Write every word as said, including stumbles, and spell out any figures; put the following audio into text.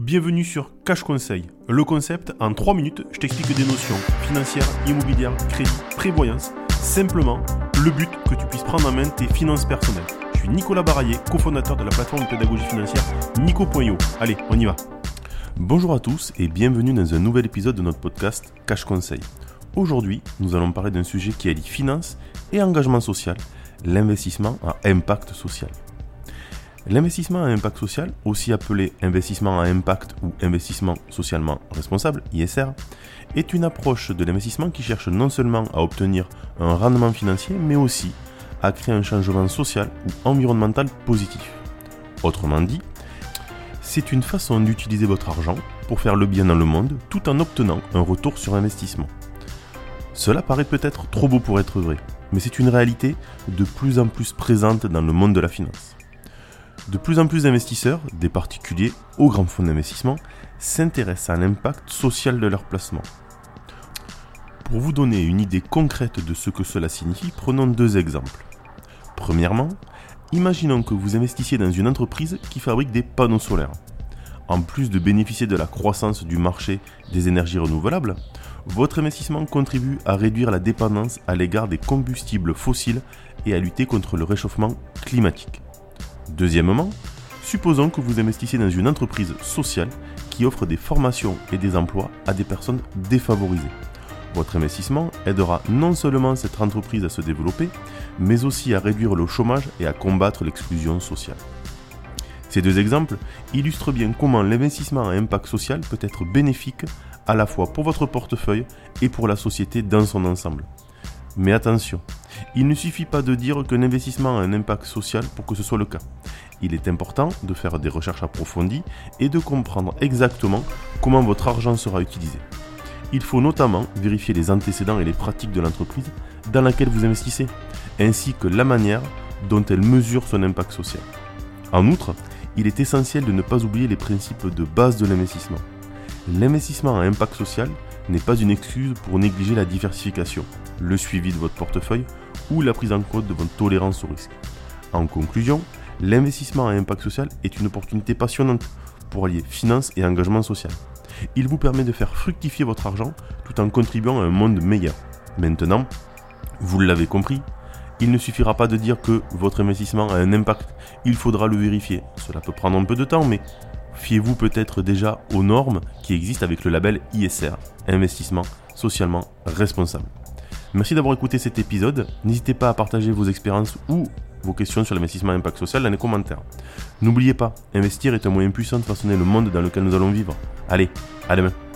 Bienvenue sur Cash Conseil. Le concept, en trois minutes, je t'explique des notions financières, immobilières, crédit, prévoyance. Simplement, le but que tu puisses prendre en main tes finances personnelles. Je suis Nicolas Baraillé, cofondateur de la plateforme de pédagogie financière Nico point io. Allez, on y va. Bonjour à tous et bienvenue dans un nouvel épisode de notre podcast Cash Conseil. Aujourd'hui, nous allons parler d'un sujet qui allie finance et engagement social, l'investissement à impact social. L'investissement à impact social, aussi appelé investissement à impact ou investissement socialement responsable, I S R, est une approche de l'investissement qui cherche non seulement à obtenir un rendement financier, mais aussi à créer un changement social ou environnemental positif. Autrement dit, c'est une façon d'utiliser votre argent pour faire le bien dans le monde tout en obtenant un retour sur investissement. Cela paraît peut-être trop beau pour être vrai, mais c'est une réalité de plus en plus présente dans le monde de la finance. De plus en plus d'investisseurs, des particuliers aux grands fonds d'investissement, s'intéressent à l'impact social de leur placement. Pour vous donner une idée concrète de ce que cela signifie, prenons deux exemples. Premièrement, imaginons que vous investissiez dans une entreprise qui fabrique des panneaux solaires. En plus de bénéficier de la croissance du marché des énergies renouvelables, votre investissement contribue à réduire la dépendance à l'égard des combustibles fossiles et à lutter contre le réchauffement climatique. Deuxièmement, supposons que vous investissiez dans une entreprise sociale qui offre des formations et des emplois à des personnes défavorisées. Votre investissement aidera non seulement cette entreprise à se développer, mais aussi à réduire le chômage et à combattre l'exclusion sociale. Ces deux exemples illustrent bien comment l'investissement à impact social peut être bénéfique à la fois pour votre portefeuille et pour la société dans son ensemble. Mais attention, il ne suffit pas de dire qu'un investissement a un impact social pour que ce soit le cas. Il est important de faire des recherches approfondies et de comprendre exactement comment votre argent sera utilisé. Il faut notamment vérifier les antécédents et les pratiques de l'entreprise dans laquelle vous investissez, ainsi que la manière dont elle mesure son impact social. En outre, il est essentiel de ne pas oublier les principes de base de l'investissement. L'investissement à impact social n'est pas une excuse pour négliger la diversification, le suivi de votre portefeuille ou la prise en compte de votre tolérance au risque. En conclusion, l'investissement à impact social est une opportunité passionnante pour allier finance et engagement social. Il vous permet de faire fructifier votre argent tout en contribuant à un monde meilleur. Maintenant, vous l'avez compris, il ne suffira pas de dire que votre investissement a un impact, il faudra le vérifier. Cela peut prendre un peu de temps, mais fiez-vous peut-être déjà aux normes qui existent avec le label I S R, investissement socialement responsable. Merci d'avoir écouté cet épisode. N'hésitez pas à partager vos expériences ou vos questions sur l'investissement à impact social dans les commentaires. N'oubliez pas, investir est un moyen puissant de façonner le monde dans lequel nous allons vivre. Allez, à demain.